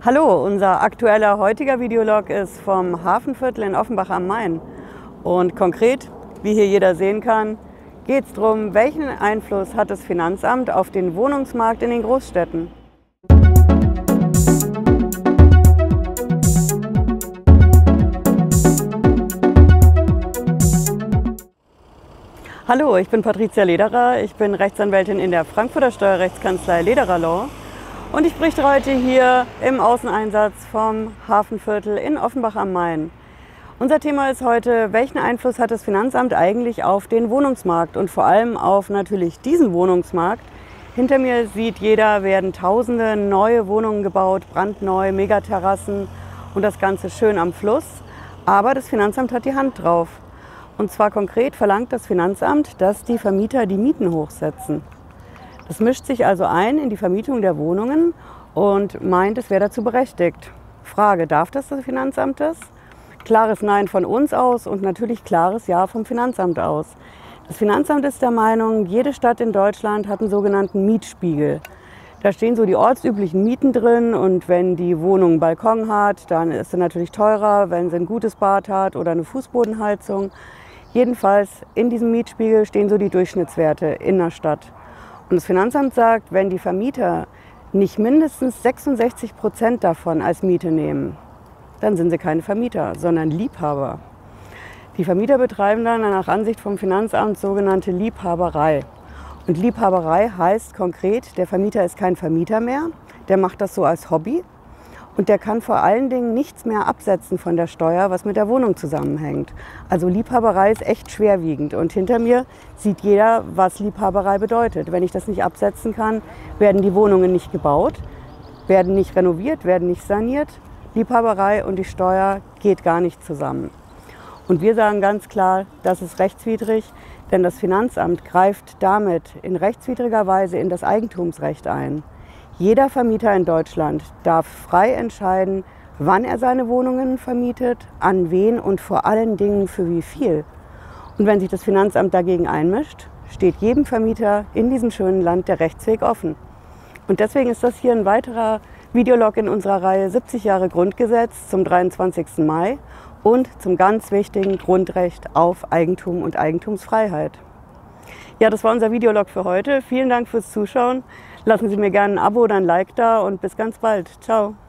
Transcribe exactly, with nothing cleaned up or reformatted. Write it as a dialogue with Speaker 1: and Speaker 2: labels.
Speaker 1: Hallo, unser aktueller heutiger Videolog ist vom Hafenviertel in Offenbach am Main. Und konkret, wie hier jeder sehen kann, geht es darum, welchen Einfluss hat das Finanzamt auf den Wohnungsmarkt in den Großstädten. Hallo, ich bin Patricia Lederer, ich bin Rechtsanwältin in der Frankfurter Steuerrechtskanzlei Lederer Law. Und ich berichte heute hier im Außeneinsatz vom Hafenviertel in Offenbach am Main. Unser Thema ist heute, welchen Einfluss hat das Finanzamt eigentlich auf den Wohnungsmarkt und vor allem auf natürlich diesen Wohnungsmarkt. Hinter mir sieht jeder, werden tausende neue Wohnungen gebaut, brandneu, Megaterrassen und das Ganze schön am Fluss. Aber das Finanzamt hat die Hand drauf. Und zwar konkret verlangt das Finanzamt, dass die Vermieter die Mieten hochsetzen. Das mischt sich also ein in die Vermietung der Wohnungen und meint, es wäre dazu berechtigt. Frage, darf das das Finanzamt das? Klares Nein von uns aus und natürlich klares Ja vom Finanzamt aus. Das Finanzamt ist der Meinung, jede Stadt in Deutschland hat einen sogenannten Mietspiegel. Da stehen so die ortsüblichen Mieten drin und wenn die Wohnung einen Balkon hat, dann ist sie natürlich teurer, wenn sie ein gutes Bad hat oder eine Fußbodenheizung. Jedenfalls in diesem Mietspiegel stehen so die Durchschnittswerte in der Stadt. Und das Finanzamt sagt, wenn die Vermieter nicht mindestens sechsundsechzig Prozent davon als Miete nehmen, dann sind sie keine Vermieter, sondern Liebhaber. Die Vermieter betreiben dann nach Ansicht vom Finanzamt sogenannte Liebhaberei. Und Liebhaberei heißt konkret, der Vermieter ist kein Vermieter mehr, der macht das so als Hobby und der kann vor allen Dingen nichts mehr absetzen von der Steuer, was mit der Wohnung zusammenhängt. Also Liebhaberei ist echt schwerwiegend und hinter mir sieht jeder, was Liebhaberei bedeutet. Wenn ich das nicht absetzen kann, werden die Wohnungen nicht gebaut, werden nicht renoviert, werden nicht saniert. Liebhaberei und die Steuer geht gar nicht zusammen. Und wir sagen ganz klar, das ist rechtswidrig, denn das Finanzamt greift damit in rechtswidriger Weise in das Eigentumsrecht ein. Jeder Vermieter in Deutschland darf frei entscheiden, wann er seine Wohnungen vermietet, an wen und vor allen Dingen für wie viel. Und wenn sich das Finanzamt dagegen einmischt, steht jedem Vermieter in diesem schönen Land der Rechtsweg offen. Und deswegen ist das hier ein weiterer Videolog in unserer Reihe siebzig Jahre Grundgesetz zum dreiundzwanzigsten Mai und zum ganz wichtigen Grundrecht auf Eigentum und Eigentumsfreiheit. Ja, das war unser Videolog für heute. Vielen Dank fürs Zuschauen. Lassen Sie mir gerne ein Abo oder ein Like da und bis ganz bald. Ciao.